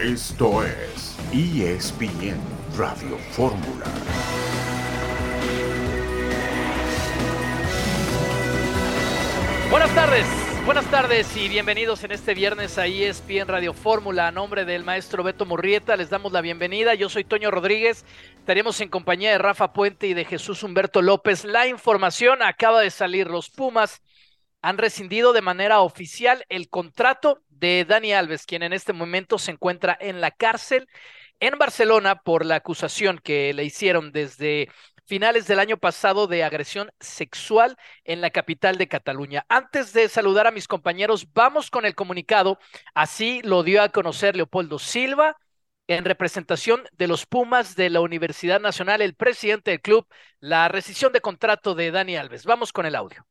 Esto es ESPN Radio Fórmula. Buenas tardes y bienvenidos en este viernes a ESPN Radio Fórmula. A nombre del maestro Beto Murrieta les damos la bienvenida. Yo soy Toño Rodríguez, estaremos en compañía de Rafa Puente y de Jesús Humberto López. La información acaba de salir, los Pumas han rescindido de manera oficial el contrato de Dani Alves, quien en este momento se encuentra en la cárcel en Barcelona por la acusación que le hicieron desde finales del año pasado de agresión sexual en la capital de Cataluña. Antes de saludar a mis compañeros, vamos con el comunicado. Así lo dio a conocer Leopoldo Silva, en representación de los Pumas de la Universidad Nacional, el presidente del club, la rescisión de contrato de Dani Alves. Vamos con el audio.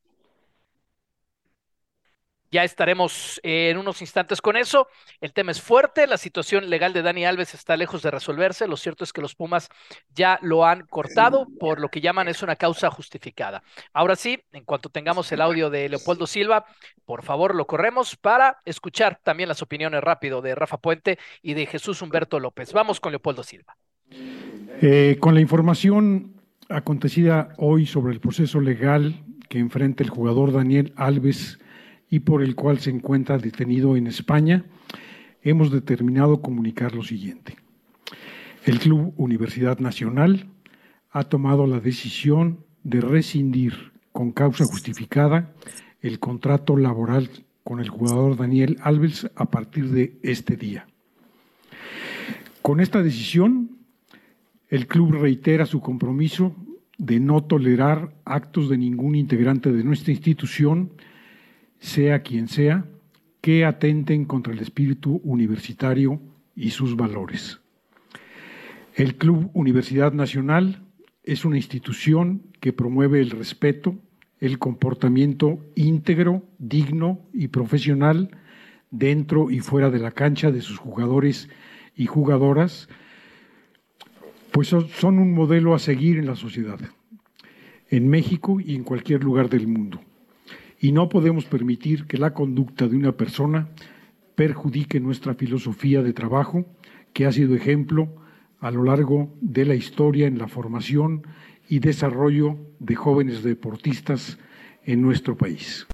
Ya estaremos en unos instantes con eso. El tema es fuerte, la situación legal de Dani Alves está lejos de resolverse. Lo cierto es que los Pumas ya lo han cortado por lo que llaman es una causa justificada. Ahora sí, en cuanto tengamos el audio de Leopoldo Silva, por favor lo corremos para escuchar también las opiniones rápido de Rafa Puente y de Jesús Humberto López. Vamos con Leopoldo Silva. Con la información acontecida hoy sobre el proceso legal que enfrenta el jugador Daniel Alves y por el cual se encuentra detenido en España, hemos determinado comunicar lo siguiente. El Club Universidad Nacional ha tomado la decisión de rescindir con causa justificada el contrato laboral con el jugador Daniel Alves a partir de este día. Con esta decisión, el club reitera su compromiso de no tolerar actos de ningún integrante de nuestra institución, sea quien sea, que atenten contra el espíritu universitario y sus valores. El Club Universidad Nacional es una institución que promueve el respeto, el comportamiento íntegro, digno y profesional dentro y fuera de la cancha de sus jugadores y jugadoras, pues son un modelo a seguir en la sociedad, en México y en cualquier lugar del mundo. Y no podemos permitir que la conducta de una persona perjudique nuestra filosofía de trabajo, que ha sido ejemplo a lo largo de la historia en la formación y desarrollo de jóvenes deportistas en nuestro país.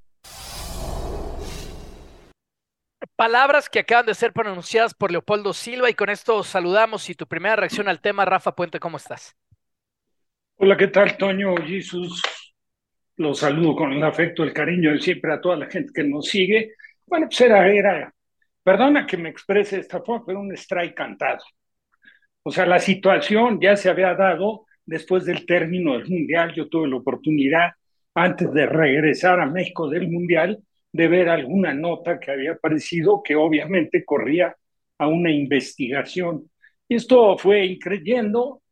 Palabras que acaban de ser pronunciadas por Leopoldo Silva y con esto saludamos. Y tu primera reacción al tema, Rafa Puente, ¿cómo estás? Hola, ¿qué tal, Toño? Jesús. Los saludo con el afecto, el cariño de siempre a toda la gente que nos sigue. Bueno, pues perdona que me exprese de esta forma, pero un strike cantado. O sea, la situación ya se había dado después del término del Mundial. Yo tuve la oportunidad, antes de regresar a México del Mundial, de ver alguna nota que había aparecido que obviamente corría a una investigación. Y esto fue increciendo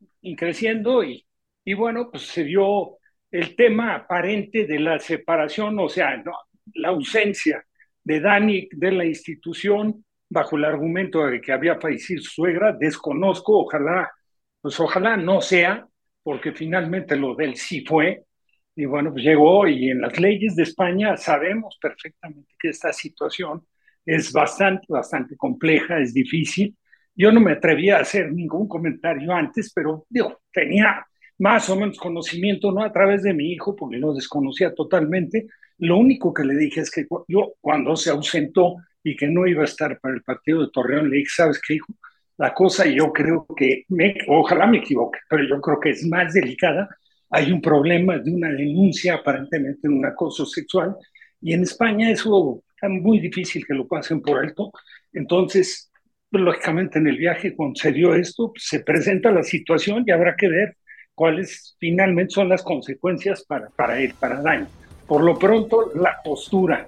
y bueno, pues se dio el tema aparente de la separación, o sea, no, la ausencia de Dani de la institución bajo el argumento de que había fallecido su suegra. Desconozco, ojalá no sea, porque finalmente lo del sí fue, y bueno, pues llegó, y en las leyes de España sabemos perfectamente que esta situación es bastante compleja, es difícil. Yo no me atrevía a hacer ningún comentario antes, pero tenía más o menos conocimiento, no a través de mi hijo, porque lo desconocía totalmente. Lo único que le dije es que yo, cuando se ausentó y que no iba a estar para el partido de Torreón, le dije, ¿sabes qué, hijo? La cosa, yo creo que, ojalá me equivoque, pero yo creo que es más delicada. Hay un problema de una denuncia, aparentemente de un acoso sexual, y en España eso es muy difícil que lo pasen por alto. Entonces, lógicamente en el viaje, cuando se dio esto, pues, se presenta la situación y habrá que ver cuáles finalmente son las consecuencias para él, para Dani. Por lo pronto, la postura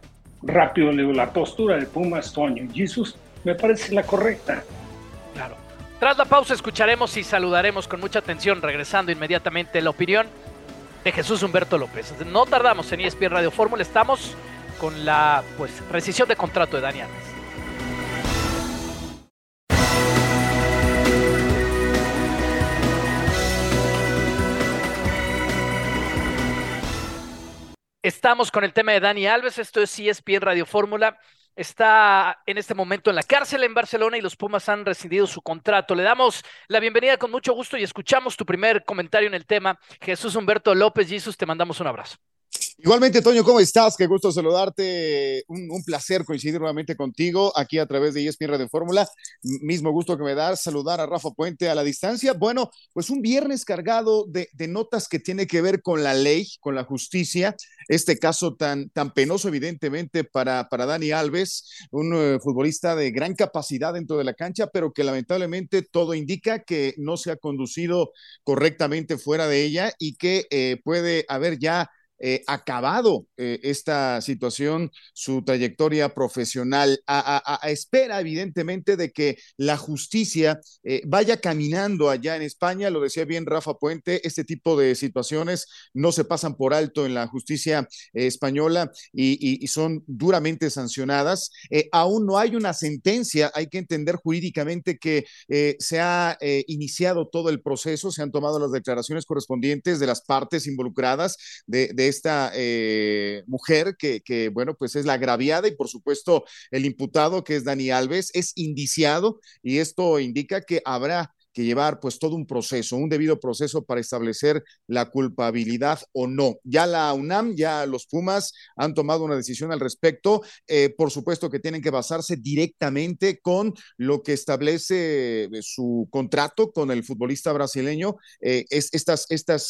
de Pumas, Toño y Jesús, me parece la correcta. Claro. Tras la pausa escucharemos y saludaremos con mucha atención, regresando inmediatamente, la opinión de Jesús Humberto López. No tardamos en ESPN Radio Fórmula, estamos con la rescisión de contrato de Dani Alves. Estamos con el tema de Dani Alves, esto es ESPN Radio Fórmula. está en este momento en la cárcel en Barcelona y los Pumas han rescindido su contrato. Le damos la bienvenida con mucho gusto y escuchamos tu primer comentario en el tema. Jesús Humberto López, Jesús, te mandamos un abrazo. Igualmente, Toño, ¿cómo estás? Qué gusto saludarte. Un placer coincidir nuevamente contigo aquí a través de ESPN Radio Fórmula. Mismo gusto que me da saludar a Rafa Puente a la distancia. Bueno, pues un viernes cargado de notas que tiene que ver con la ley, con la justicia. Este caso tan penoso, evidentemente, para Dani Alves, un futbolista de gran capacidad dentro de la cancha, pero que lamentablemente todo indica que no se ha conducido correctamente fuera de ella y que puede haber ya acabado esta situación, su trayectoria profesional, a espera evidentemente de que la justicia vaya caminando allá en España. Lo decía bien Rafa Puente, este tipo de situaciones no se pasan por alto en la justicia española y son duramente sancionadas. Aún no hay una sentencia, hay que entender jurídicamente que se ha iniciado todo el proceso, se han tomado las declaraciones correspondientes de las partes involucradas de esta mujer que, bueno, pues es la agraviada y por supuesto el imputado que es Dani Alves es indiciado y esto indica que habrá que llevar pues todo un proceso, un debido proceso para establecer la culpabilidad o no. Ya la UNAM, ya los Pumas han tomado una decisión al respecto, por supuesto que tienen que basarse directamente con lo que establece su contrato con el futbolista brasileño, estas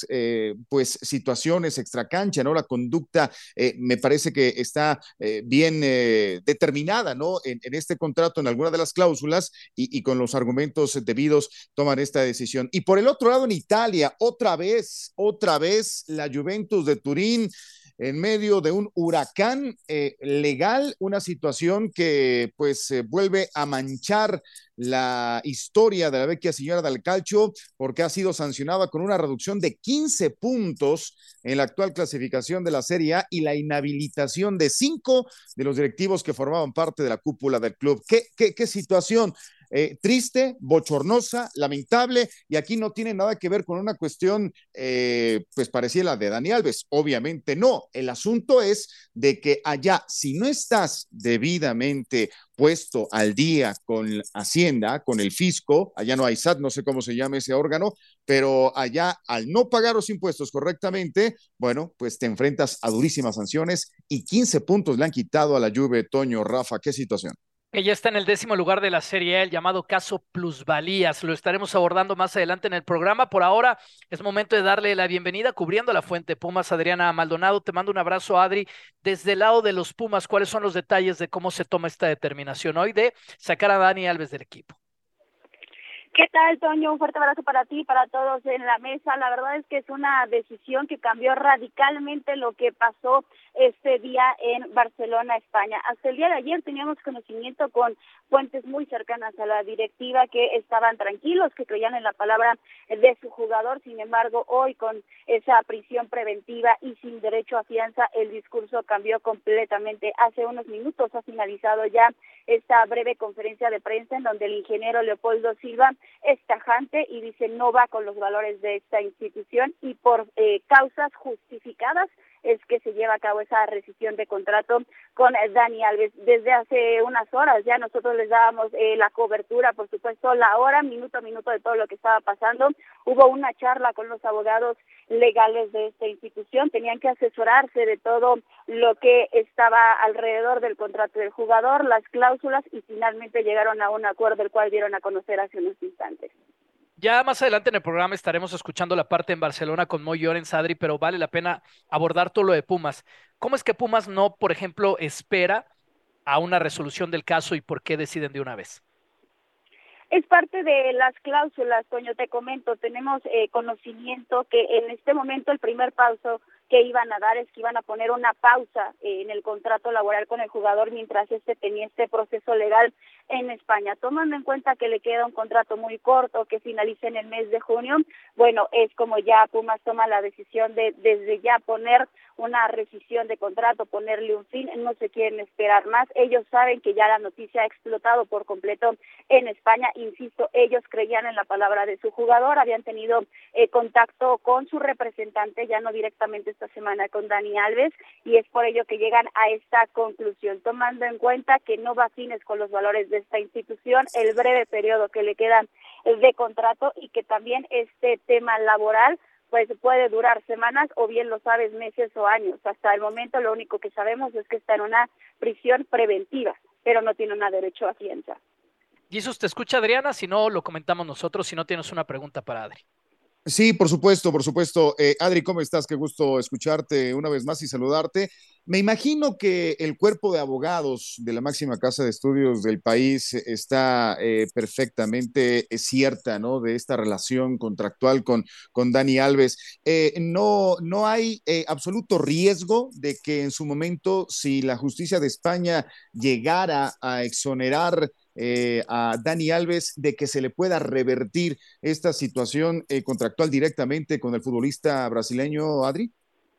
pues situaciones extracancha, ¿no? La conducta me parece que está bien determinada, ¿no? En este contrato, en alguna de las cláusulas y con los argumentos debidos toman esta decisión. Y por el otro lado, en Italia, otra vez la Juventus de Turín en medio de un huracán legal, una situación que pues vuelve a manchar la historia de la vecchia señora del calcio porque ha sido sancionada con una reducción de 15 puntos en la actual clasificación de la Serie A y la inhabilitación de 5 de los directivos que formaban parte de la cúpula del club. ¿Qué situación? Triste, bochornosa, lamentable, y aquí no tiene nada que ver con una cuestión pues parecida a la de Dani Alves, obviamente no, el asunto es de que allá, si no estás debidamente puesto al día con Hacienda, con el fisco, allá no hay SAT, no sé cómo se llama ese órgano, pero allá al no pagar los impuestos correctamente, bueno, pues te enfrentas a durísimas sanciones y 15 puntos le han quitado a la Juve. Toño, Rafa, ¿qué situación? Ella está en el 10º lugar de la Serie A, el llamado caso Plusvalías. Lo estaremos abordando más adelante en el programa. Por ahora es momento de darle la bienvenida cubriendo la fuente Pumas, Adriana Maldonado. Te mando un abrazo, Adri. Desde el lado de los Pumas, ¿cuáles son los detalles de cómo se toma esta determinación hoy de sacar a Dani Alves del equipo? ¿Qué tal, Toño? Un fuerte abrazo para ti y para todos en la mesa. La verdad es que es una decisión que cambió radicalmente lo que pasó este día en Barcelona, España. Hasta el día de ayer teníamos conocimiento con fuentes muy cercanas a la directiva que estaban tranquilos, que creían en la palabra de su jugador. Sin embargo, hoy con esa prisión preventiva y sin derecho a fianza, el discurso cambió completamente. Hace unos minutos ha finalizado ya esta breve conferencia de prensa en donde el ingeniero Leopoldo Silva es tajante y dice no va con los valores de esta institución y por causas justificadas es que se lleva a cabo esa rescisión de contrato con Dani Alves. Desde hace unas horas ya nosotros les dábamos la cobertura, por supuesto, la hora, minuto a minuto de todo lo que estaba pasando. Hubo una charla con los abogados legales de esta institución, tenían que asesorarse de todo lo que estaba alrededor del contrato del jugador, las cláusulas y finalmente llegaron a un acuerdo el cual dieron a conocer hace unos instantes. Ya más adelante en el programa estaremos escuchando la parte en Barcelona con Moy Llorens, Adri, pero vale la pena abordar todo lo de Pumas. ¿Cómo es que Pumas no, por ejemplo, espera a una resolución del caso y por qué deciden de una vez? Es parte de las cláusulas, Toño, te comento, tenemos conocimiento que en este momento el primer paso que iban a dar es que iban a poner una pausa en el contrato laboral con el jugador mientras tenía este proceso legal en España. Tomando en cuenta que le queda un contrato muy corto que finaliza en el mes de junio, bueno, es como ya Pumas toma la decisión de desde ya poner una rescisión de contrato, ponerle un fin, no se quieren esperar más. Ellos saben que ya la noticia ha explotado por completo en España. Insisto, ellos creían en la palabra de su jugador, habían tenido contacto con su representante, ya no directamente esta semana con Dani Alves, y es por ello que llegan a esta conclusión, tomando en cuenta que no va afines con los valores de esta institución, el breve periodo que le queda de contrato y que también este tema laboral pues puede durar semanas o bien lo sabes meses o años. Hasta el momento lo único que sabemos es que está en una prisión preventiva, pero no tiene un derecho a fianza. Jesús, ¿te escucha Adriana? Si no, lo comentamos nosotros, si no tienes una pregunta para Adri. Sí, por supuesto, por supuesto. Adri, ¿cómo estás? Qué gusto escucharte una vez más y saludarte. Me imagino que el cuerpo de abogados de la máxima casa de estudios del país está perfectamente cierta, ¿no? De esta relación contractual con Dani Alves. No hay absoluto riesgo de que en su momento, si la justicia de España llegara a exonerar a Dani Alves, de que se le pueda revertir esta situación contractual directamente con el futbolista brasileño, Adri.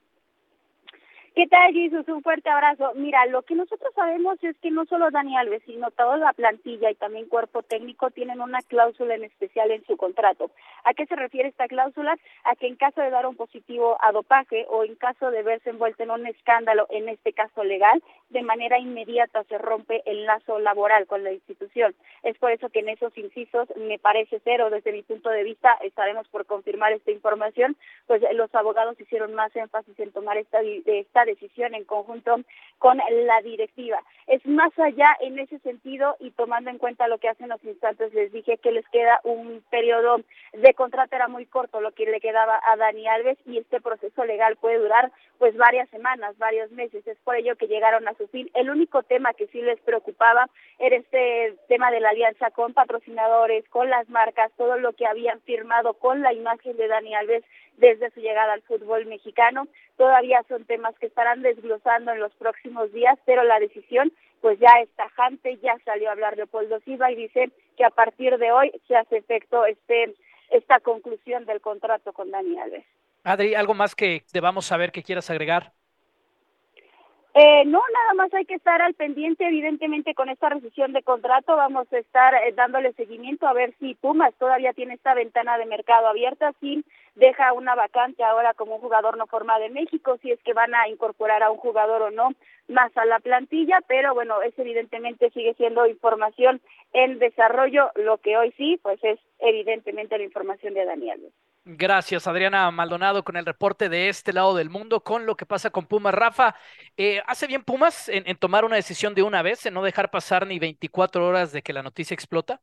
¿Qué tal, Jesús? Un fuerte abrazo. Mira, lo que nosotros sabemos es que no solo Dani Alves, sino toda la plantilla y también cuerpo técnico tienen una cláusula en especial en su contrato. ¿A qué se refiere esta cláusula? A que en caso de dar un positivo a dopaje o en caso de verse envuelto en un escándalo, en este caso legal, de manera inmediata se rompe el lazo laboral con la institución. Es por eso que en esos incisos me parece cero, desde mi punto de vista, estaremos por confirmar esta información, pues los abogados hicieron más énfasis en tomar esta decisión en conjunto con la directiva. Es más allá en ese sentido y tomando en cuenta lo que hace unos instantes les dije que les queda un periodo de contrato, era muy corto lo que le quedaba a Dani Alves y este proceso legal puede durar pues varias semanas, varios meses, es por ello que llegaron a su fin. El único tema que sí les preocupaba era este tema de la alianza con patrocinadores, con las marcas, todo lo que habían firmado con la imagen de Dani Alves desde su llegada al fútbol mexicano. Todavía son temas que estarán desglosando en los próximos días, pero la decisión pues ya es tajante, ya salió a hablar Leopoldo Silva y dice que a partir de hoy se hace efecto esta conclusión del contrato con Dani Alves. Adri, ¿algo más que debamos saber que quieras agregar? No, nada más hay que estar al pendiente, evidentemente con esta rescisión de contrato vamos a estar dándole seguimiento a ver si Pumas todavía tiene esta ventana de mercado abierta, si deja una vacante ahora como un jugador no formado en México, si es que van a incorporar a un jugador o no más a la plantilla, pero bueno, es evidentemente sigue siendo información en desarrollo, lo que hoy sí, pues es evidentemente la información de Dani Alves. Gracias, Adriana Maldonado, con el reporte de este lado del mundo, con lo que pasa con Pumas. Rafa, ¿hace bien Pumas en tomar una decisión de una vez, en no dejar pasar ni 24 horas de que la noticia explota?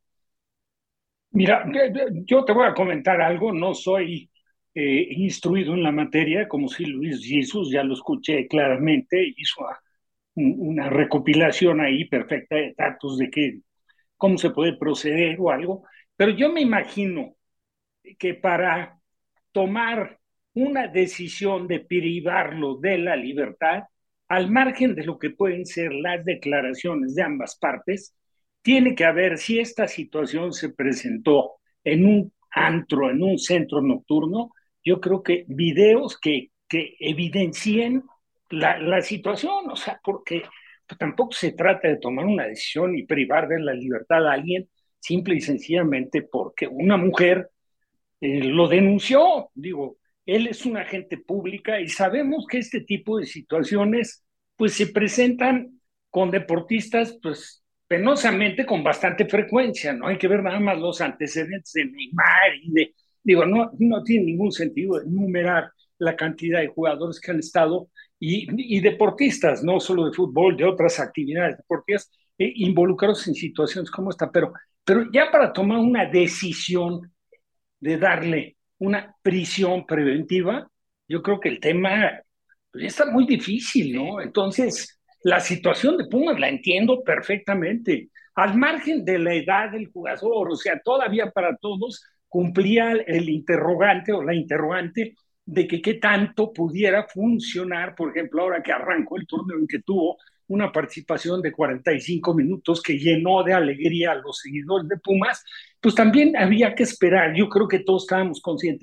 Mira, yo te voy a comentar algo, no soy instruido en la materia, como si Luis Jesús, ya lo escuché claramente, hizo una recopilación ahí perfecta de datos de cómo se puede proceder o algo, pero yo me imagino que para tomar una decisión de privarlo de la libertad, al margen de lo que pueden ser las declaraciones de ambas partes, tiene que haber, si esta situación se presentó en un antro, en un centro nocturno, yo creo que videos que evidencien la situación, o sea, porque tampoco se trata de tomar una decisión y privar de la libertad a alguien simple y sencillamente porque una mujer lo denunció. Digo, él es una agente pública y sabemos que este tipo de situaciones pues se presentan con deportistas pues penosamente con bastante frecuencia, ¿no? Hay que ver nada más los antecedentes de Neymar y digo, no tiene ningún sentido enumerar la cantidad de jugadores que han estado y deportistas, no solo de fútbol, de otras actividades deportivas, involucrados en situaciones como esta, pero ya para tomar una decisión de darle una prisión preventiva, yo creo que el tema pues, está muy difícil, ¿no? Entonces, la situación de Pumas la entiendo perfectamente. Al margen de la edad del jugador, o sea, todavía para todos cumplía el interrogante o la interrogante de que qué tanto pudiera funcionar, por ejemplo, ahora que arrancó el torneo en que tuvo una participación de 45 minutos que llenó de alegría a los seguidores de Pumas, pues también había que esperar. Yo creo que todos estábamos conscientes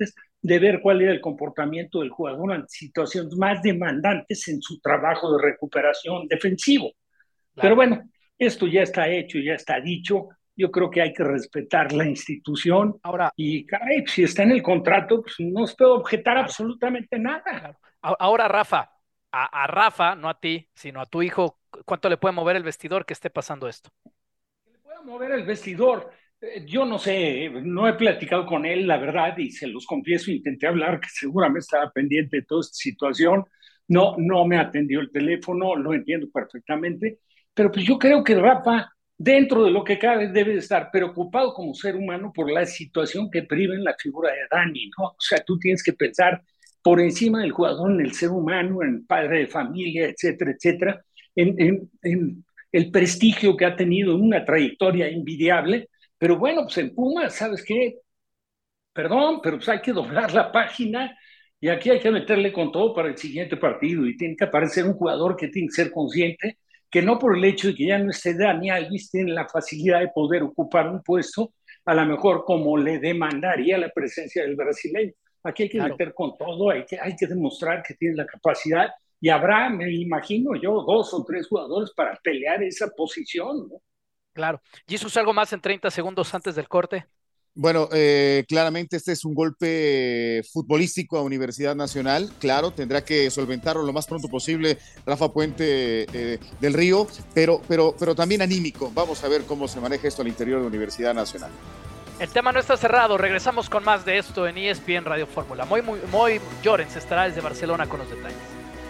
de ver cuál era el comportamiento del jugador ante situaciones más demandantes en su trabajo de recuperación defensivo. Claro. Pero bueno, esto ya está hecho, ya está dicho. Yo creo que hay que respetar la institución. Ahora, y caray, si está en el contrato, pues no se puede objetar absolutamente nada. Claro. Ahora, Rafa, a Rafa, no a ti, sino a tu hijo, ¿cuánto le puede mover el vestidor que esté pasando esto? Le puede mover el vestidor. Yo no sé, no he platicado con él, la verdad, y se los confieso, intenté hablar, que seguramente estaba pendiente de toda esta situación. No me atendió el teléfono, lo entiendo perfectamente, pero pues yo creo que Rafa, dentro de lo que cabe, debe estar preocupado como ser humano por la situación que priva en la figura de Dani, ¿no? O sea, tú tienes que pensar por encima del jugador en el ser humano, en el padre de familia, etcétera, etcétera, en el prestigio que ha tenido en una trayectoria envidiable. Pero bueno, pues en Pumas, ¿sabes qué? Perdón, pero pues hay que doblar la página y aquí hay que meterle con todo para el siguiente partido y tiene que aparecer un jugador que tiene que ser consciente que no por el hecho de que ya no esté Dani Alves tiene la facilidad de poder ocupar un puesto, a lo mejor como le demandaría la presencia del brasileño. Aquí hay que meter con todo, hay que demostrar que tiene la capacidad y habrá, me imagino yo, 2 o 3 jugadores para pelear esa posición, ¿no? Claro. ¿Jesús, algo más en 30 segundos antes del corte? Bueno, claramente este es un golpe futbolístico a Universidad Nacional, claro, tendrá que solventarlo lo más pronto posible Rafa Puente del Río, pero también anímico. Vamos a ver cómo se maneja esto al interior de Universidad Nacional. El tema no está cerrado, regresamos con más de esto en ESPN Radio Fórmula. Moy Llorens estará desde Barcelona con los detalles.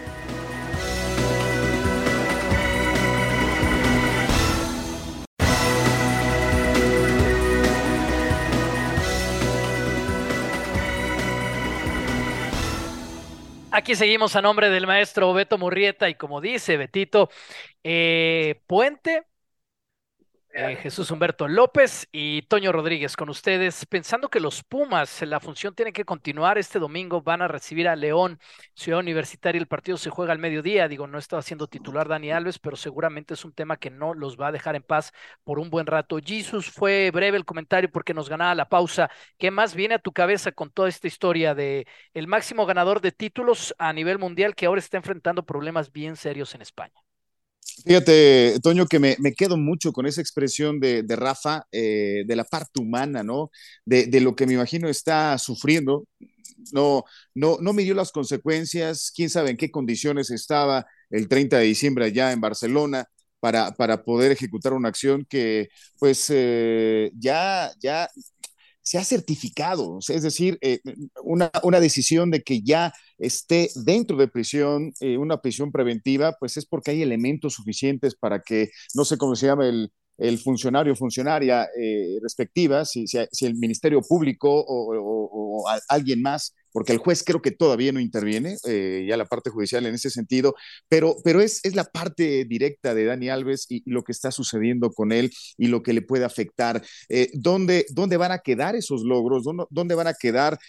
Aquí seguimos a nombre del maestro Beto Murrieta y como dice Betito, Puente, Jesús Humberto López y Toño Rodríguez con ustedes, pensando que los Pumas, la función tiene que continuar este domingo, van a recibir a León, Ciudad Universitaria, el partido se juega al mediodía, digo, no está siendo titular Dani Alves, pero seguramente es un tema que no los va a dejar en paz por un buen rato. Jesús, fue breve el comentario porque nos ganaba la pausa. ¿Qué más viene a tu cabeza con toda esta historia de el máximo ganador de títulos a nivel mundial que ahora está enfrentando problemas bien serios en España? Fíjate, Toño, que me quedo mucho con esa expresión de Rafa, de la parte humana, ¿no? De lo que me imagino está sufriendo. No midió las consecuencias, quién sabe en qué condiciones estaba el 30 de diciembre allá en Barcelona para poder ejecutar una acción que pues ya se ha certificado, es decir, una decisión de que ya esté dentro de prisión, una prisión preventiva, pues es porque hay elementos suficientes para que, no sé cómo se llama el funcionario o funcionaria respectiva, si el Ministerio Público o alguien más, porque el juez creo que todavía no interviene, ya la parte judicial en ese sentido, pero es la parte directa de Dani Alves y lo que está sucediendo con él y lo que le puede afectar. ¿Dónde van a quedar esos logros? ¿Dónde van a quedar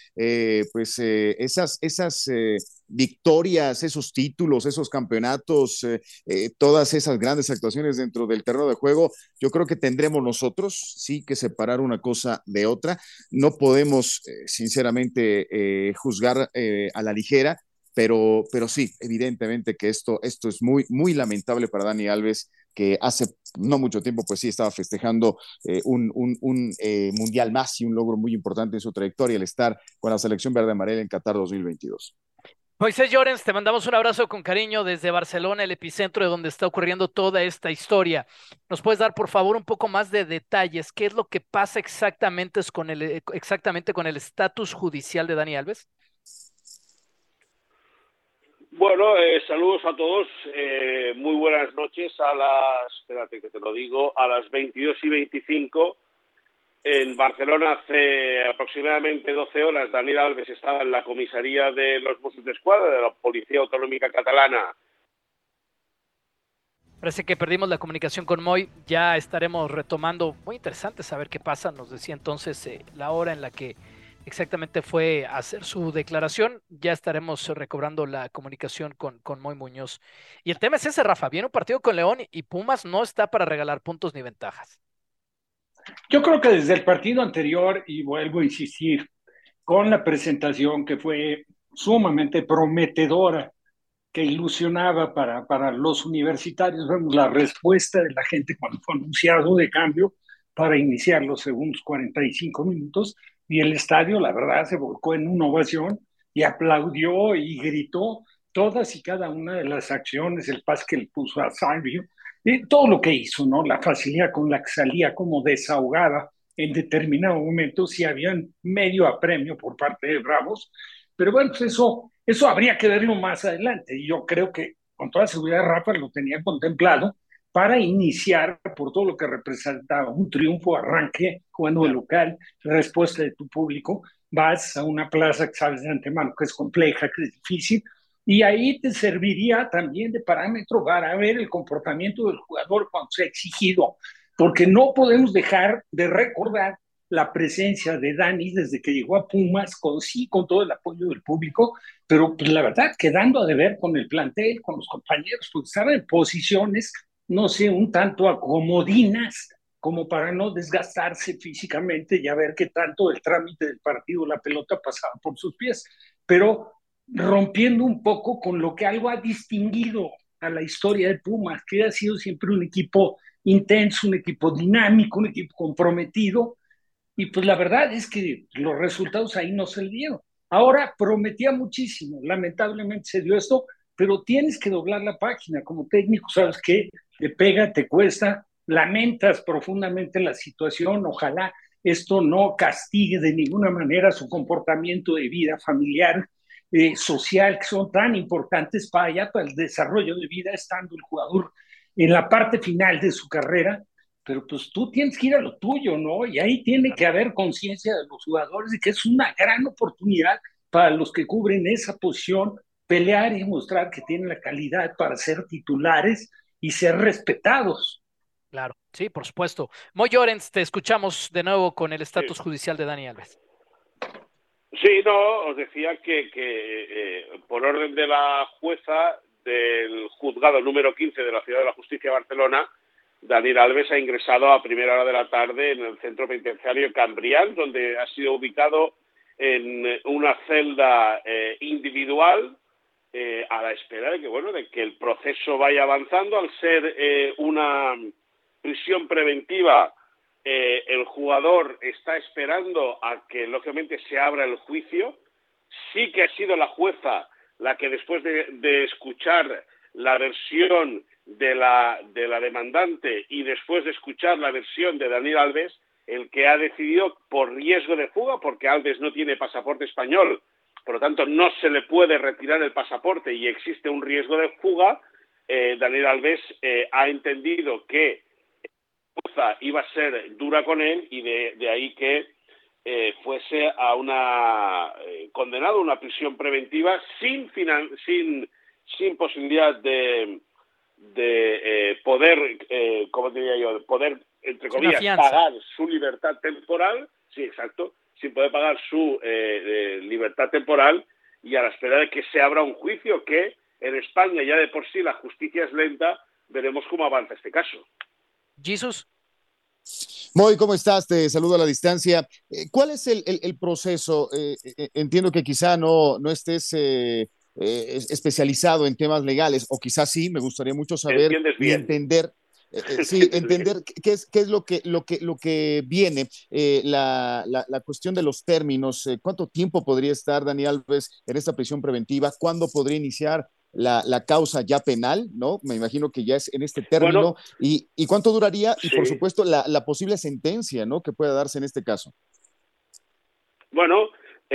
esas victorias, esos títulos, esos campeonatos, todas esas grandes actuaciones dentro del terreno de juego? Yo creo que tendremos nosotros, sí, que separar una cosa de otra. No podemos, sinceramente, juzgar a la ligera, pero sí, evidentemente que esto es muy, muy lamentable para Dani Alves, que hace no mucho tiempo, pues sí, estaba festejando un mundial más y un logro muy importante en su trayectoria, el estar con la selección verde amarela en Qatar 2022. Moisés Llorens, te mandamos un abrazo con cariño desde Barcelona, el epicentro de donde está ocurriendo toda esta historia. ¿Nos puedes dar, por favor, un poco más de detalles? ¿Qué es lo que pasa exactamente con el estatus judicial de Dani Alves? Bueno, saludos a todos. Muy buenas noches espérate que te lo digo, a las 22:25. En Barcelona hace aproximadamente 12 horas, Daniel Alves estaba en la comisaría de los Mossos d'Esquadra, de la Policía Autonómica Catalana. Parece que perdimos la comunicación con Moy, ya estaremos retomando. Muy interesante saber qué pasa, nos decía entonces la hora en la que exactamente fue a hacer su declaración, ya estaremos recobrando la comunicación con Moy Muñoz. Y el tema es ese, Rafa, viene un partido con León y Pumas no está para regalar puntos ni ventajas. Yo creo que desde el partido anterior, y vuelvo a insistir, con la presentación que fue sumamente prometedora, que ilusionaba para los universitarios. Vemos la respuesta de la gente cuando fue anunciado de cambio para iniciar los segundos 45 minutos, y el estadio, la verdad, se volcó en una ovación y aplaudió y gritó todas y cada una de las acciones, el pase que le puso a Salvio, y todo lo que hizo, ¿no? La facilidad con la que salía como desahogada en determinado momento, si habían medio apremio por parte de Bravos. Pero bueno, pues eso habría que verlo más adelante. Y yo creo que con toda seguridad Rafa lo tenía contemplado para iniciar por todo lo que representaba un triunfo, arranque, jugando de local, respuesta de tu público. Vas a una plaza que sabes de antemano que es compleja, que es difícil, y ahí te serviría también de parámetro para ver el comportamiento del jugador cuando se ha exigido, porque no podemos dejar de recordar la presencia de Dani desde que llegó a Pumas, con todo el apoyo del público, pero pues, la verdad, quedando a deber con el plantel, con los compañeros, porque estaban en posiciones, no sé, un tanto acomodinas, como para no desgastarse físicamente y a ver qué tanto el trámite del partido, la pelota pasaba por sus pies, pero rompiendo un poco con lo que algo ha distinguido a la historia de Pumas, que ha sido siempre un equipo intenso, un equipo dinámico, un equipo comprometido, y pues la verdad es que los resultados ahí no se le dieron. Ahora prometía muchísimo, lamentablemente se dio esto, pero tienes que doblar la página como técnico, ¿sabes qué? Te pega, te cuesta, lamentas profundamente la situación, ojalá esto no castigue de ninguna manera su comportamiento de vida familiar, social, que son tan importantes para allá, para el desarrollo de vida, estando el jugador en la parte final de su carrera, pero pues tú tienes que ir a lo tuyo, ¿no? Y ahí tiene que haber conciencia de los jugadores de que es una gran oportunidad para los que cubren esa posición, pelear y mostrar que tienen la calidad para ser titulares y ser respetados. Claro, sí, por supuesto. Moy Llorens, te escuchamos de nuevo con el estatus Sí. judicial de Dani Alves. Sí, no, os decía que por orden de la jueza del juzgado número 15 de la Ciudad de la Justicia de Barcelona, Daniel Alves ha ingresado a primera hora de la tarde en el centro penitenciario Cambrián, donde ha sido ubicado en una celda individual a la espera de que el proceso vaya avanzando. Al ser una prisión preventiva, el jugador está esperando a que lógicamente se abra el juicio. Sí que ha sido la jueza la que, después de escuchar la versión de la demandante y después de escuchar la versión de Daniel Alves, el que ha decidido, por riesgo de fuga, porque Alves no tiene pasaporte español, por lo tanto no se le puede retirar el pasaporte y existe un riesgo de fuga, Daniel Alves ha entendido que la jueza iba a ser dura con él, y de ahí que fuese a condenado a una prisión preventiva sin posibilidad de poder, ¿cómo diría yo?, poder, entre comillas, pagar su libertad temporal. Sí, exacto, sin poder pagar su libertad temporal, y a la espera de que se abra un juicio, que en España ya de por sí la justicia es lenta. Veremos cómo avanza este caso. Jesús. Moy, ¿cómo estás? Te saludo a la distancia. ¿Cuál es el proceso? Entiendo que quizá no estés especializado en temas legales, o quizás sí. Me gustaría mucho saber y entender. Entender qué es lo que viene, la cuestión de los términos. ¿Cuánto tiempo podría estar Dani Alves en esta prisión preventiva? ¿Cuándo podría iniciar la causa ya penal, ¿no? Me imagino que ya es en este término. ¿Y cuánto duraría? Y por supuesto la posible sentencia, ¿no?, que pueda darse en este caso. Bueno,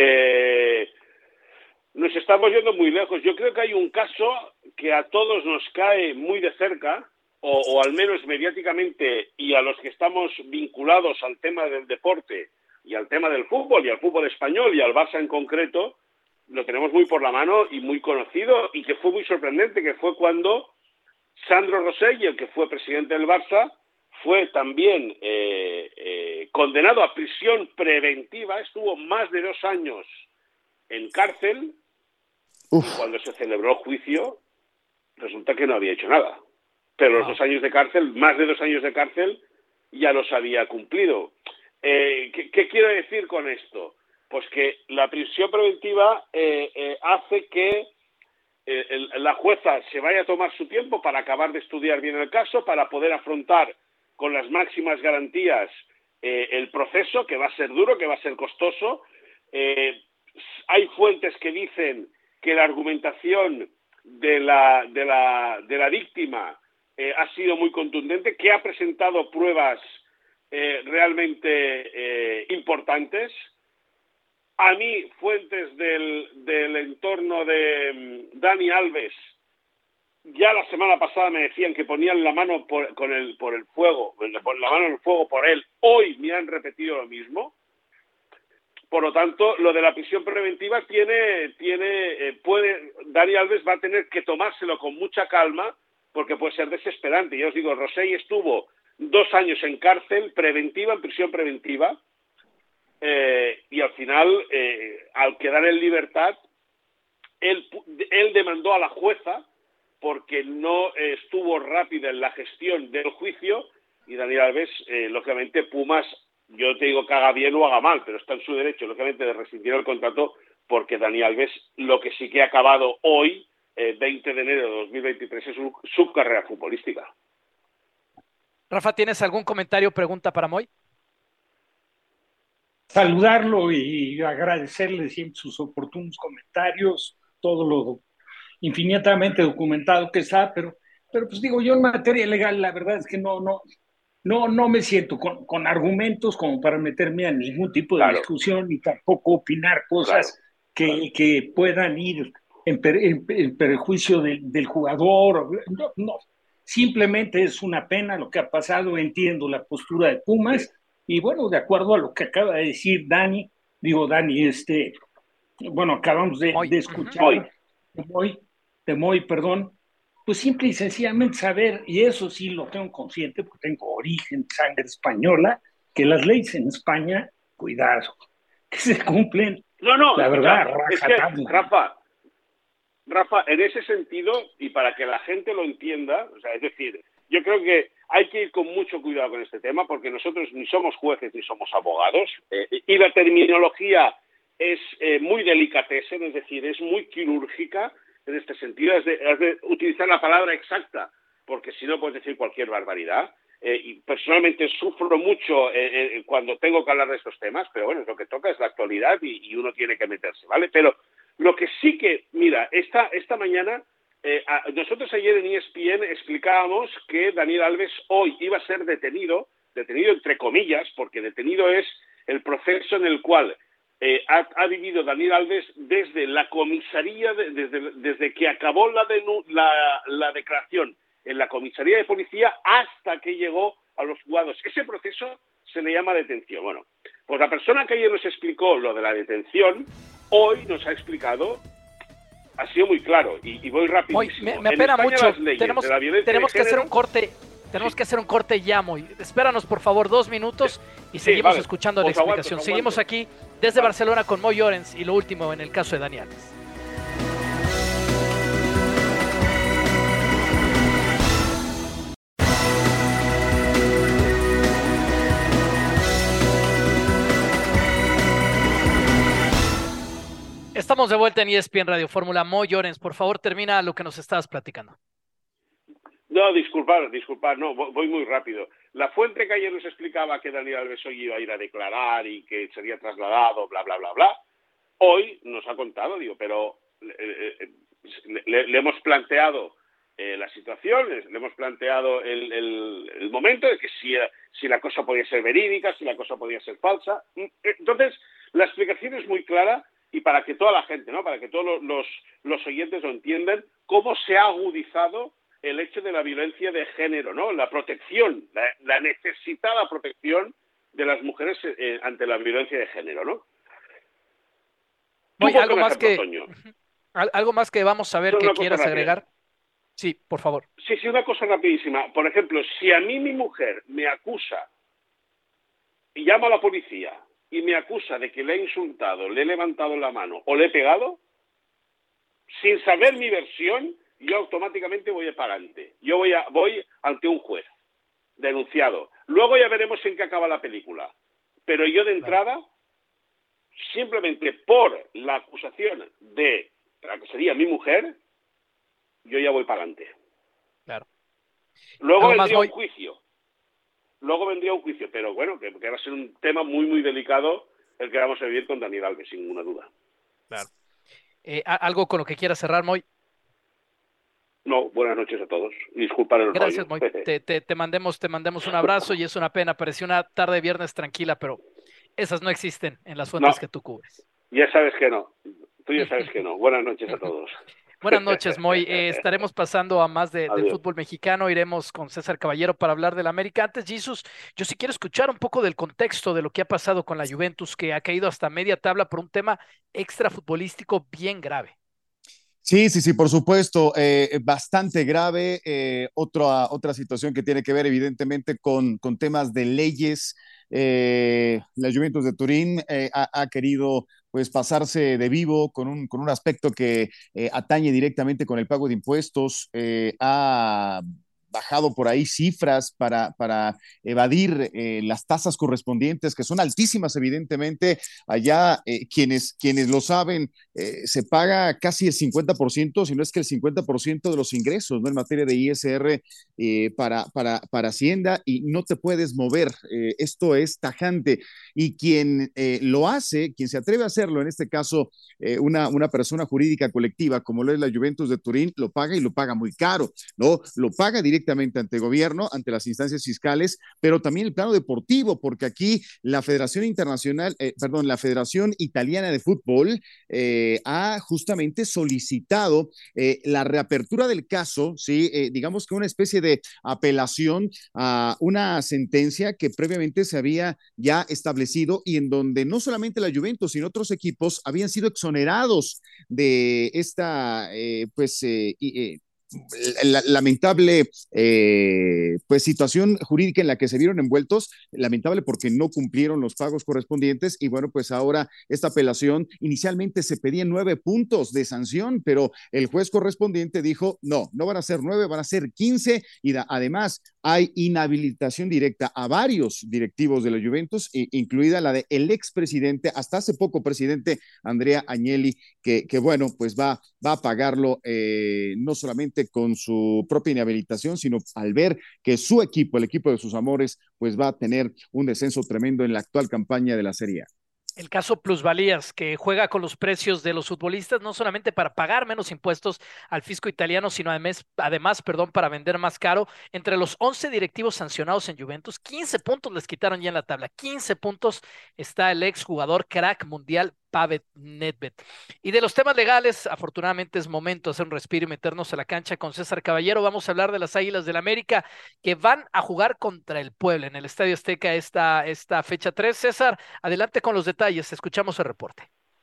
nos estamos yendo muy lejos. Yo creo que hay un caso que a todos nos cae muy de cerca, o al menos mediáticamente, y a los que estamos vinculados al tema del deporte y al tema del fútbol y al fútbol español y al Barça en concreto, lo tenemos muy por la mano y muy conocido, y que fue muy sorprendente, que fue cuando Sandro Rosell, el que fue presidente del Barça, fue también condenado a prisión preventiva. Estuvo más de 2 años en cárcel. Y cuando se celebró el juicio, resulta que no había hecho nada. Pero los 2 años de cárcel, más de 2 años de cárcel, ya los había cumplido. ¿Qué quiero decir con esto? Pues que la prisión preventiva hace que la jueza se vaya a tomar su tiempo para acabar de estudiar bien el caso, para poder afrontar con las máximas garantías el proceso, que va a ser duro, que va a ser costoso. Hay fuentes que dicen que la argumentación de la víctima ha sido muy contundente, que ha presentado pruebas realmente importantes. A mí, fuentes del entorno de Dani Alves, ya la semana pasada me decían que ponían la mano por el fuego, la mano en el fuego por él. Hoy me han repetido lo mismo. Por lo tanto, lo de la prisión preventiva Dani Alves va a tener que tomárselo con mucha calma, porque puede ser desesperante. Ya os digo, Rosell estuvo 2 años en cárcel preventiva, en prisión preventiva, y al final, al quedar en libertad, él demandó a la jueza porque no estuvo rápida en la gestión del juicio, y Dani Alves, lógicamente, Pumas, yo te digo que haga bien o haga mal, pero está en su derecho, lógicamente, de rescindir el contrato, porque Dani Alves, lo que sí que ha acabado hoy, 20 de enero de 2023, es su carrera futbolística. Rafa, ¿tienes algún comentario o pregunta para Moy? Saludarlo y agradecerle siempre sus oportunos comentarios, todo lo infinitamente documentado que está, pero pues digo, yo en materia legal la verdad es que no me siento con argumentos como para meterme a ningún tipo de discusión, ni tampoco opinar cosas que puedan ir en perjuicio del jugador. No, simplemente es una pena lo que ha pasado. Entiendo la postura de Pumas, y bueno, de acuerdo a lo que acaba de decir Dani, acabamos de escuchar de Moy, perdón, pues simple y sencillamente saber, y eso sí lo tengo consciente porque tengo origen, sangre española, que las leyes en España, cuidado, que se cumplen. La verdad, es que, Rafa, en ese sentido, y para que la gente lo entienda, o sea, es decir, yo creo que hay que ir con mucho cuidado con este tema, porque nosotros ni somos jueces ni somos abogados, y la terminología es muy delicatessen, es decir, es muy quirúrgica en este sentido. Has de utilizar la palabra exacta, porque si no puedes decir cualquier barbaridad. Y personalmente sufro mucho cuando tengo que hablar de estos temas, pero bueno, lo que toca es la actualidad y uno tiene que meterse, ¿vale? Pero lo que sí que, mira, esta mañana, nosotros ayer en ESPN explicábamos que Daniel Alves hoy iba a ser detenido entre comillas, porque detenido es el proceso en el cual ha vivido Daniel Alves desde la comisaría, desde que acabó la declaración en la comisaría de policía hasta que llegó a los juzgados. Ese proceso se le llama detención. Bueno, pues la persona que ayer nos explicó lo de la detención, hoy nos ha explicado, ha sido muy claro, y voy rapidísimo. Me apena mucho, tenemos que hacer un corte. Tenemos que hacer un corte ya, Moy. Espéranos, por favor, 2 minutos y seguimos escuchando la explicación. Seguimos aquí desde Barcelona con Moy Llorens y lo último en el caso de Dani Alves. Estamos de vuelta en ESPN Radio Fórmula. Moy Llorens, por favor, termina lo que nos estabas platicando. No, disculpad, no, voy muy rápido. La fuente que ayer nos explicaba que Daniel Alves hoy iba a ir a declarar y que sería trasladado, bla, bla, bla, bla, hoy nos ha contado, pero le hemos planteado la situación, le hemos planteado el momento de que si la cosa podía ser verídica, si la cosa podía ser falsa. Entonces, la explicación es muy clara, y para que toda la gente, ¿no?, para que todos los oyentes lo entiendan, cómo se ha agudizado el hecho de la violencia de género, ¿no? La protección, la necesitada protección de las mujeres ante la violencia de género, ¿no? Oye, algo más que vamos a ver que quieras agregar. Sí, por favor. Sí, una cosa rapidísima. Por ejemplo, si a mí mi mujer me acusa y llama a la policía y me acusa de que le he insultado, le he levantado la mano o le he pegado, sin saber mi versión, yo automáticamente voy para adelante. Yo voy ante un juez, denunciado. Luego ya veremos en qué acaba la película. Pero yo de entrada simplemente por la acusación de la que sería mi mujer, yo ya voy para adelante. Claro. Luego vendría un juicio. Pero bueno, que va a ser un tema muy, muy delicado el que vamos a vivir con Daniel Alves, sin ninguna duda. Claro. ¿Algo con lo que quieras cerrar, Moy? No, buenas noches a todos. Disculpad el Gracias, rollo. Moy. Te mandemos un abrazo y es una pena. Pareció una tarde de viernes tranquila, pero esas no existen en las fuentes que tú cubres. Ya sabes que no. Tú ya sabes que no. Buenas noches a todos. Buenas noches, Moy. Estaremos pasando a más del fútbol mexicano. Iremos con César Caballero para hablar del América. Antes, Jesús, yo sí quiero escuchar un poco del contexto de lo que ha pasado con la Juventus, que ha caído hasta media tabla por un tema extrafutbolístico bien grave. Sí, por supuesto, bastante grave. Otra situación que tiene que ver evidentemente con temas de leyes. La Juventus de Turín ha querido pues pasarse de vivo con un aspecto que atañe directamente con el pago de impuestos. Ha bajado por ahí cifras para evadir las tasas correspondientes, que son altísimas, evidentemente. Allá, quienes lo saben, se paga casi el 50%, si no es que el 50% de los ingresos, ¿no?, en materia de ISR para Hacienda, y no te puedes mover. Esto es tajante. Y quien lo hace, quien se atreve a hacerlo, en este caso, una persona jurídica colectiva, como lo es la Juventus de Turín, lo paga, y lo paga muy caro, ¿no? Lo paga directamente ante gobierno, ante las instancias fiscales, pero también el plano deportivo, porque aquí la Federación la Federación Italiana de Fútbol ha justamente solicitado la reapertura del caso, ¿sí? Digamos que una especie de apelación a una sentencia que previamente se había ya establecido, y en donde no solamente la Juventus, sino otros equipos habían sido exonerados de esta lamentable pues situación jurídica en la que se vieron envueltos. Lamentable porque no cumplieron los pagos correspondientes, y bueno, pues ahora esta apelación, inicialmente se pedían 9 puntos de sanción, pero el juez correspondiente dijo no van a ser 9, van a ser 15, y además hay inhabilitación directa a varios directivos de la Juventus, incluida la del expresidente, hasta hace poco presidente, Andrea Agnelli, que bueno, pues va a pagarlo no solamente con su propia inhabilitación, sino al ver que su equipo, el equipo de sus amores, pues va a tener un descenso tremendo en la actual campaña de la Serie A. El caso Plusvalías, que juega con los precios de los futbolistas, no solamente para pagar menos impuestos al fisco italiano, sino además, para vender más caro. Entre los 11 directivos sancionados en Juventus, 15 puntos les quitaron ya en la tabla. 15 puntos está el exjugador crack mundial Pavel Nedved. Y de los temas legales, afortunadamente es momento de hacer un respiro y meternos a la cancha con César Caballero. Vamos a hablar de las Águilas del América, que van a jugar contra el Puebla en el Estadio Azteca esta fecha 3. César, adelante con los detalles, escuchamos el reporte.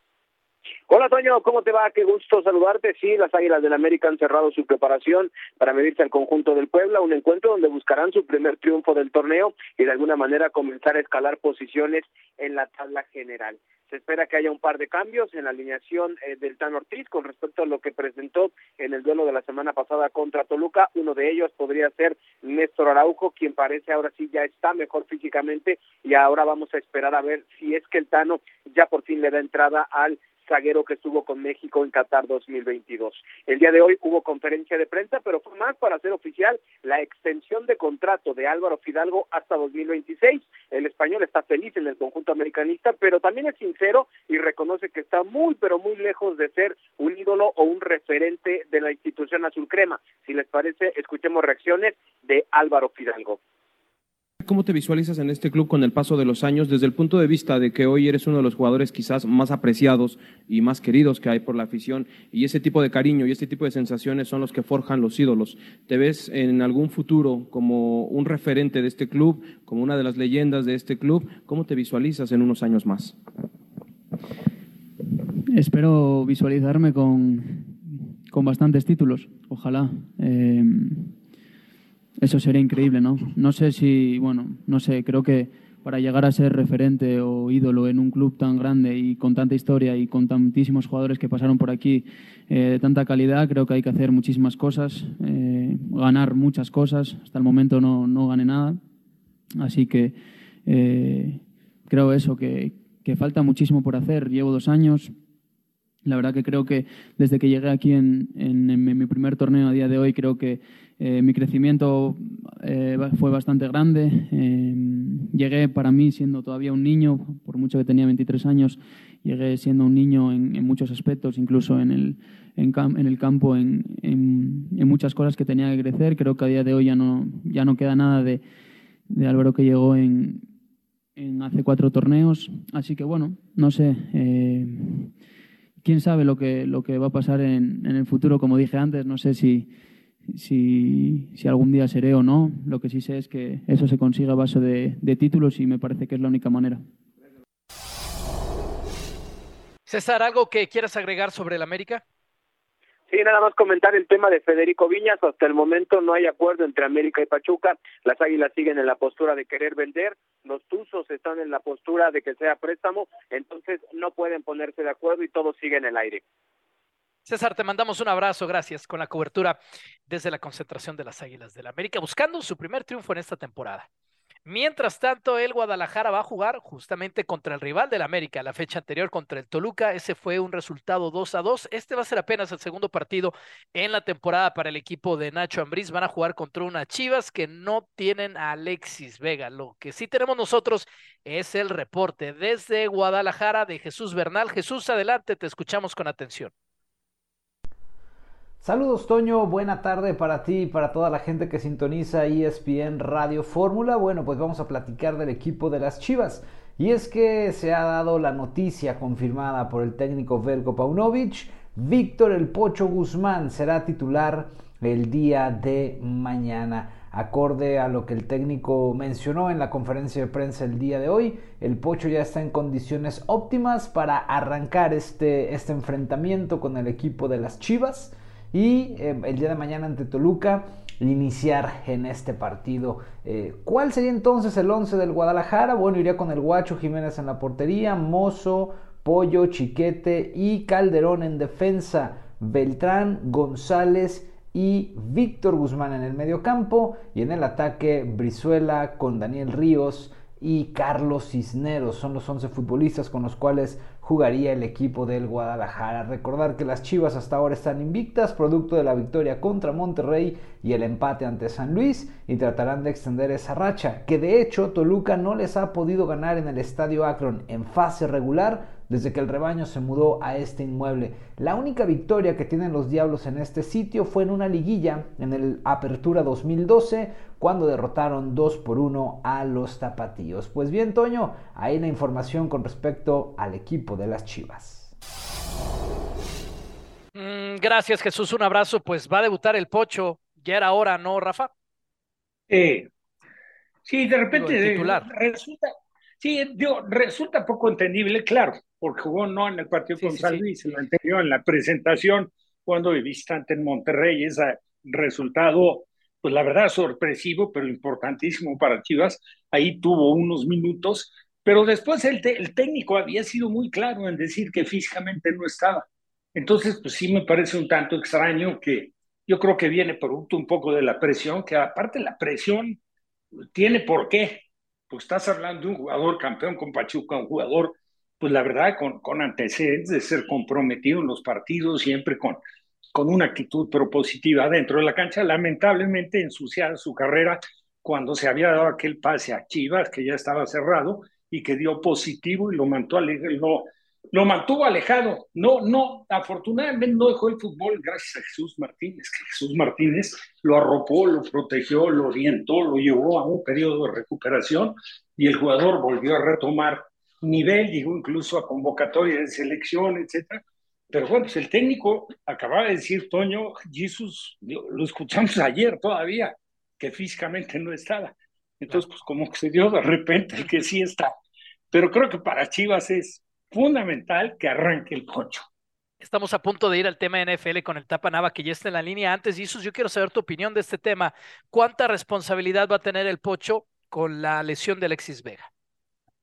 Hola Toño, ¿cómo te va? Qué gusto saludarte. Sí, las Águilas del América han cerrado su preparación para medirse al conjunto del Puebla, un encuentro donde buscarán su primer triunfo del torneo y de alguna manera comenzar a escalar posiciones en la tabla general. Se espera que haya un par de cambios en la alineación del Tan Ortiz con respecto a lo que presentó en el duelo de la semana pasada contra Toluca. Uno de ellos podría ser Néstor Araujo, quien parece ahora sí ya está mejor físicamente, y ahora vamos a esperar a ver si es que el Tano ya por fin le da entrada al zaguero que estuvo con México en Qatar 2022. El día de hoy hubo conferencia de prensa, pero fue más para hacer oficial la extensión de contrato de Álvaro Fidalgo hasta 2026. El español está feliz en el conjunto americanista, pero también es sincero y reconoce que está muy, pero muy lejos de ser un ídolo o un referente de la institución azul crema. Si les parece, escuchemos reacciones de Álvaro Fidalgo. ¿Cómo te visualizas en este club con el paso de los años, desde el punto de vista de que hoy eres uno de los jugadores quizás más apreciados y más queridos que hay por la afición, y ese tipo de cariño y ese tipo de sensaciones son los que forjan los ídolos? ¿Te ves en algún futuro como un referente de este club, como una de las leyendas de este club? ¿Cómo te visualizas en unos años más? Espero visualizarme con bastantes títulos, ojalá. Eso sería increíble, ¿no? No sé, creo que para llegar a ser referente o ídolo en un club tan grande y con tanta historia y con tantísimos jugadores que pasaron por aquí, de tanta calidad, creo que hay que hacer muchísimas cosas, ganar muchas cosas. Hasta el momento no gané nada, así que creo eso, que que falta muchísimo por hacer. Llevo 2 años. La verdad que creo que desde que llegué aquí en mi primer torneo a día de hoy, creo que mi crecimiento fue bastante grande. Llegué para mí siendo todavía un niño, por mucho que tenía 23 años, llegué siendo un niño en muchos aspectos, incluso en el campo, en muchas cosas que tenía que crecer. Creo que a día de hoy ya no queda nada de Álvaro que llegó en hace 4 torneos. Así que bueno, no sé. Quién sabe lo que va a pasar en el futuro. Como dije antes, no sé si algún día seré o no. Lo que sí sé es que eso se consigue a base de títulos y me parece que es la única manera. César, ¿algo que quieras agregar sobre el América? Sí, nada más comentar el tema de Federico Viñas. Hasta el momento no hay acuerdo entre América y Pachuca. Las Águilas siguen en la postura de querer vender. Los Tuzos están en la postura de que sea préstamo. Entonces no pueden ponerse de acuerdo y todo sigue en el aire. César, te mandamos un abrazo. Gracias con la cobertura desde la concentración de las Águilas del América, buscando su primer triunfo en esta temporada. Mientras tanto, el Guadalajara va a jugar justamente contra el rival del América, la fecha anterior contra el Toluca. Ese fue un resultado 2-2. Este va a ser apenas el segundo partido en la temporada para el equipo de Nacho Ambriz. Van a jugar contra unas Chivas que no tienen a Alexis Vega. Lo que sí tenemos nosotros es el reporte desde Guadalajara de Jesús Bernal. Jesús, adelante, te escuchamos con atención. Saludos, Toño, buena tarde para ti y para toda la gente que sintoniza ESPN Radio Fórmula. Bueno, pues vamos a platicar del equipo de las Chivas. Y es que se ha dado la noticia confirmada por el técnico Veljko Paunovic. Víctor El Pocho Guzmán será titular el día de mañana. Acorde a lo que el técnico mencionó en la conferencia de prensa el día de hoy, el Pocho ya está en condiciones óptimas para arrancar este enfrentamiento con el equipo de las Chivas. Y el día de mañana ante Toluca iniciar en este partido. ¿Cuál sería entonces el 11 del Guadalajara? Bueno, iría con el Guacho Jiménez en la portería, Mozo, Pollo, Chiquete y Calderón en defensa, Beltrán, González y Víctor Guzmán en el mediocampo, y en el ataque Brizuela con Daniel Ríos y Carlos Cisneros. Son los 11 futbolistas con los cuales jugaría el equipo del Guadalajara. Recordar que las Chivas hasta ahora están invictas, producto de la victoria contra Monterrey y el empate ante San Luis, y tratarán de extender esa racha, que de hecho Toluca no les ha podido ganar en el Estadio Akron en fase regular desde que el rebaño se mudó a este inmueble. La única victoria que tienen los Diablos en este sitio fue en una liguilla en el Apertura 2012, cuando derrotaron 2-1 a los tapatíos. Pues bien, Toño, ahí la información con respecto al equipo de las Chivas. Gracias, Jesús, un abrazo. Pues va a debutar el Pocho, ya era hora, ¿no, Rafa? Sí, de repente titular. resulta poco entendible, claro, porque jugó no en el partido con San Luis, en el anterior, en la presentación, cuando de visitante en Monterrey, ese resultado, pues la verdad sorpresivo, pero importantísimo para Chivas. Ahí tuvo unos minutos, pero después el técnico había sido muy claro en decir que físicamente no estaba. Entonces, pues sí me parece un tanto extraño, que yo creo que viene producto un poco de la presión, que aparte la presión tiene por qué. Pues estás hablando de un jugador campeón con Pachuca, un jugador, pues la verdad, con antecedentes de ser comprometido en los partidos, siempre con una actitud propositiva dentro de la cancha. Lamentablemente ensuciada su carrera cuando se había dado aquel pase a Chivas, que ya estaba cerrado y que dio positivo y lo mantuvo alejado. No, afortunadamente no dejó el fútbol gracias a Jesús Martínez, que Jesús Martínez lo arropó, lo protegió, lo orientó, lo llevó a un periodo de recuperación y el jugador volvió a retomar nivel, llegó incluso a convocatoria de selección, etcétera. Pero bueno, pues el técnico acababa de decir, Toño, Jesús, lo escuchamos ayer todavía, que físicamente no estaba. Entonces, pues como que se dio de repente el que sí está. Pero creo que para Chivas es fundamental que arranque el Pocho. Estamos a punto de ir al tema de NFL con el Tapa Nava, que ya está en la línea. Antes, Jesús, yo quiero saber tu opinión de este tema. ¿Cuánta responsabilidad va a tener el Pocho con la lesión de Alexis Vega?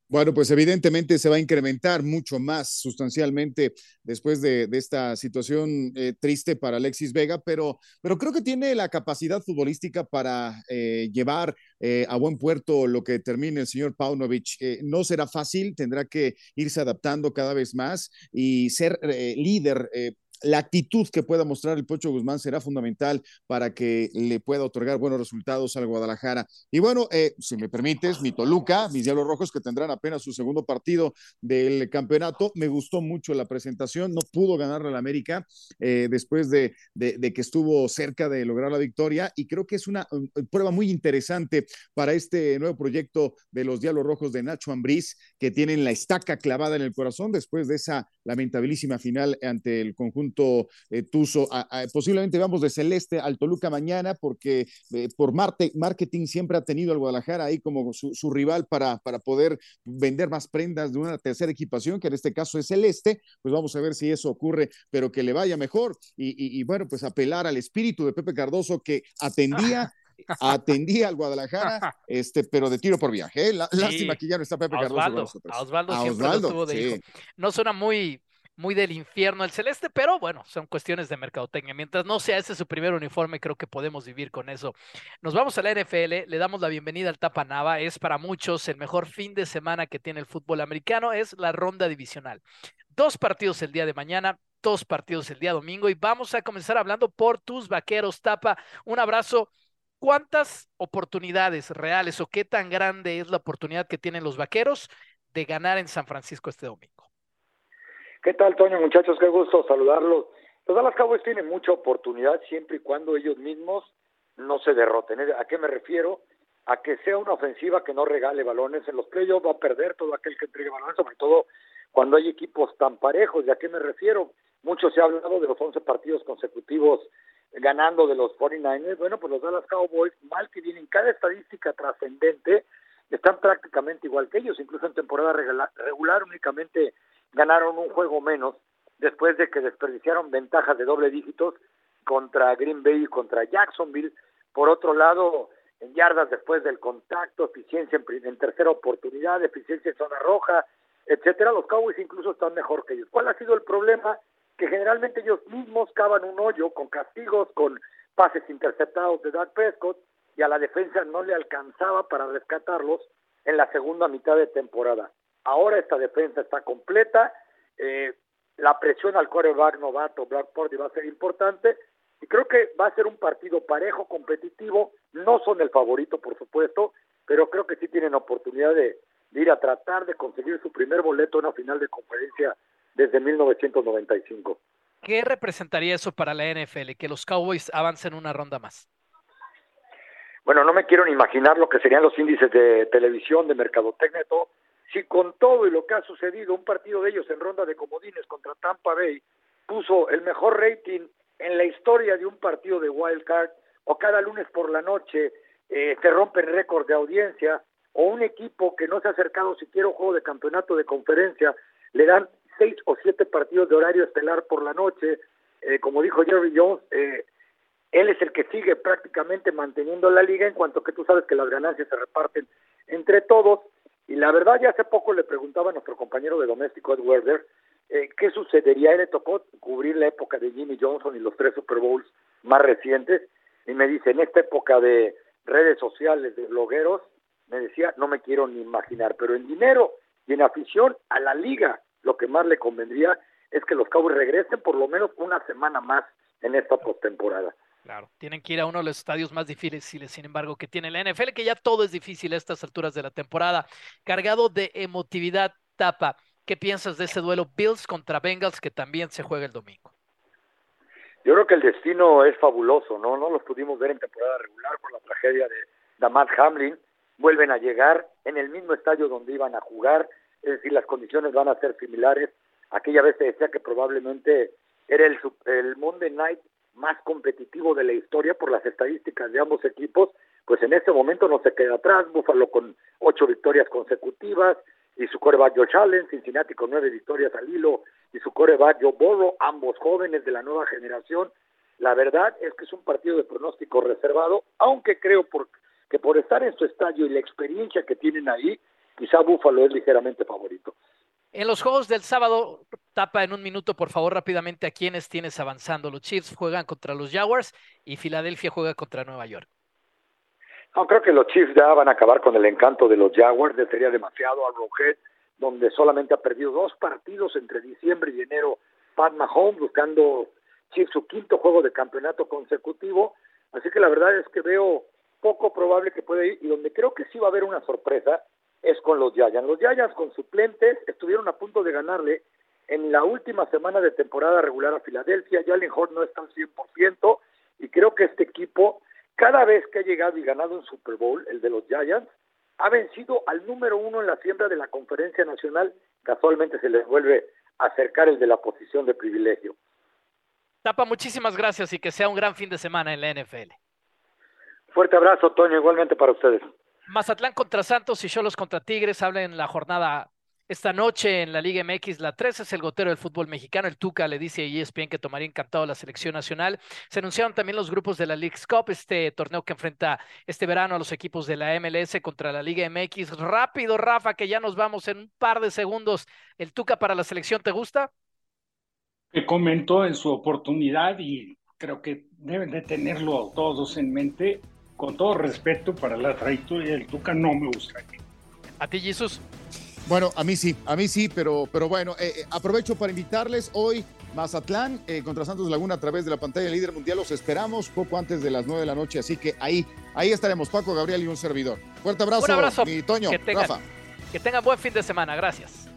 Bueno, pues evidentemente se va a incrementar mucho más sustancialmente después de esta situación triste para Alexis Vega, pero creo que tiene la capacidad futbolística para llevar a buen puerto lo que termine el señor Paunovic. No será fácil, tendrá que irse adaptando cada vez más y ser líder. La actitud que pueda mostrar el Pocho Guzmán será fundamental para que le pueda otorgar buenos resultados al Guadalajara. Y bueno, si me permites, mi Toluca, mis Diablos Rojos, que tendrán apenas su segundo partido del campeonato. Me gustó mucho la presentación, no pudo ganarle al América después de que estuvo cerca de lograr la victoria, y creo que es una prueba muy interesante para este nuevo proyecto de los Diablos Rojos de Nacho Ambriz, que tienen la estaca clavada en el corazón después de esa lamentabilísima final ante el conjunto Tuzo. Posiblemente vamos de celeste al Toluca mañana, porque por marketing siempre ha tenido al Guadalajara ahí como su rival para poder vender más prendas de una tercera equipación, que en este caso es celeste. Pues vamos a ver si eso ocurre, pero que le vaya mejor y bueno, pues apelar al espíritu de Pepe Cardoso, que atendía al Guadalajara, pero de tiro por viaje. Lástima que ya no está Pepe Cardoso con nosotros. A Osvaldo siempre lo tuvo de hijo. No suena muy del infierno el celeste, pero bueno, son cuestiones de mercadotecnia. Mientras no sea ese su primer uniforme, creo que podemos vivir con eso. Nos vamos a la NFL, le damos la bienvenida al Tapa Nava. Es para muchos el mejor fin de semana que tiene el fútbol americano, es la ronda divisional. 2 partidos el día de mañana, 2 partidos el día domingo, y vamos a comenzar hablando por tus Vaqueros. Tapa, un abrazo. ¿Cuántas oportunidades reales o qué tan grande es la oportunidad que tienen los Vaqueros de ganar en San Francisco este domingo? ¿Qué tal, Toño? Muchachos, qué gusto saludarlos. Los Dallas Cowboys tienen mucha oportunidad siempre y cuando ellos mismos no se derroten. ¿A qué me refiero? A que sea una ofensiva que no regale balones. En los playoffs va a perder todo aquel que entregue balones, sobre todo cuando hay equipos tan parejos. ¿Y a qué me refiero? Mucho se ha hablado de los 11 partidos consecutivos ganando de los 49ers. Bueno, pues los Dallas Cowboys, mal que vienen cada estadística trascendente, están prácticamente igual que ellos. Incluso en temporada regular únicamente ganaron un juego menos después de que desperdiciaron ventajas de doble dígitos contra Green Bay y contra Jacksonville. Por otro lado, en yardas después del contacto, eficiencia en tercera oportunidad, eficiencia en zona roja, etcétera, los Cowboys incluso están mejor que ellos. ¿Cuál ha sido el problema? Que generalmente ellos mismos cavan un hoyo con castigos, con pases interceptados de Dak Prescott, y a la defensa no le alcanzaba para rescatarlos en la segunda mitad de temporada. Ahora esta defensa está completa, la presión al quarterback novato Brock Purdy va a ser importante, y creo que va a ser un partido parejo, competitivo. No son el favorito, por supuesto, pero creo que sí tienen oportunidad de ir a tratar de conseguir su primer boleto en una final de conferencia desde 1995. ¿Qué representaría eso para la NFL, que los Cowboys avancen una ronda más? Bueno, no me quiero ni imaginar lo que serían los índices de televisión, de mercadotecnia y todo. Si con todo y lo que ha sucedido, un partido de ellos en ronda de comodines contra Tampa Bay puso el mejor rating en la historia de un partido de Wild Card, o cada lunes por la noche se rompen récord de audiencia, o un equipo que no se ha acercado siquiera a un juego de campeonato de conferencia, le dan 6 o 7 partidos de horario estelar por la noche, como dijo Jerry Jones, él es el que sigue prácticamente manteniendo la liga, en cuanto que tú sabes que las ganancias se reparten entre todos. Y la verdad, ya hace poco le preguntaba a nuestro compañero de doméstico, Ed Werder, qué sucedería. Él le tocó cubrir la época de Jimmy Johnson y los 3 Super Bowls más recientes, y me dice, en esta época de redes sociales, de blogueros, me decía, no me quiero ni imaginar, pero en dinero y en afición a la liga, lo que más le convendría es que los Cowboys regresen por lo menos una semana más en esta postemporada. Claro, tienen que ir a uno de los estadios más difíciles, sin embargo, que tiene la NFL, que ya todo es difícil a estas alturas de la temporada, cargado de emotividad. Tapa, ¿qué piensas de ese duelo Bills contra Bengals, que también se juega el domingo? Yo creo que el destino es fabuloso, ¿no? No los pudimos ver en temporada regular por la tragedia de Damar Hamlin. Vuelven a llegar en el mismo estadio donde iban a jugar, es decir, las condiciones van a ser similares. Aquella vez se decía que probablemente era el Monday Night más competitivo de la historia por las estadísticas de ambos equipos. Pues en este momento no se queda atrás. Buffalo con 8 victorias consecutivas y su quarterback Josh Allen, Cincinnati con 9 victorias al hilo y su quarterback Joe Burrow, ambos jóvenes de la nueva generación. La verdad es que es un partido de pronóstico reservado, aunque creo que por estar en su estadio y la experiencia que tienen ahí, quizá Buffalo es ligeramente favorito. En los juegos del sábado, Tapa en un minuto, por favor, rápidamente, ¿a quiénes tienes avanzando? Los Chiefs juegan contra los Jaguars y Filadelfia juega contra Nueva York. No, creo que los Chiefs ya van a acabar con el encanto de los Jaguars, sería demasiado al Arrowhead, donde solamente ha perdido 2 partidos entre diciembre y enero Pat Mahomes, buscando Chiefs su 5º juego de campeonato consecutivo, así que la verdad es que veo poco probable que pueda ir, y donde creo que sí va a haber una sorpresa es con los Giants. Los Giants con suplentes estuvieron a punto de ganarle en la última semana de temporada regular a Filadelfia. Jalen Hurts no está al 100%, y creo que este equipo, cada vez que ha llegado y ganado un Super Bowl, el de los Giants, ha vencido al número 1 en la siembra de la Conferencia Nacional. Casualmente se les vuelve a acercar el de la posición de privilegio. Tapa, muchísimas gracias y que sea un gran fin de semana en la NFL. Fuerte abrazo, Toño, igualmente para ustedes. Mazatlán contra Santos y Xolos contra Tigres hablan en la jornada esta noche en la Liga MX. La 3 es el gotero del fútbol mexicano. El Tuca le dice a ESPN que tomaría encantado la selección nacional. Se anunciaron también los grupos de la Leagues Cup, este torneo que enfrenta este verano a los equipos de la MLS contra la Liga MX. Rápido, Rafa, que ya nos vamos en un par de segundos. ¿El Tuca para la selección te gusta? Que comentó en su oportunidad, y creo que deben de tenerlo todos en mente. Con todo respeto para la trayectoria del Tuca, no me gustaría. ¿A ti, Jesús? Bueno, a mí sí, pero bueno, aprovecho para invitarles hoy Mazatlán contra Santos Laguna a través de la pantalla líder mundial. Los esperamos poco antes de las 9 de la noche, así que ahí estaremos, Paco, Gabriel y un servidor. Fuerte abrazo, un abrazo, mi Toño, Rafa. Que tengan buen fin de semana, gracias.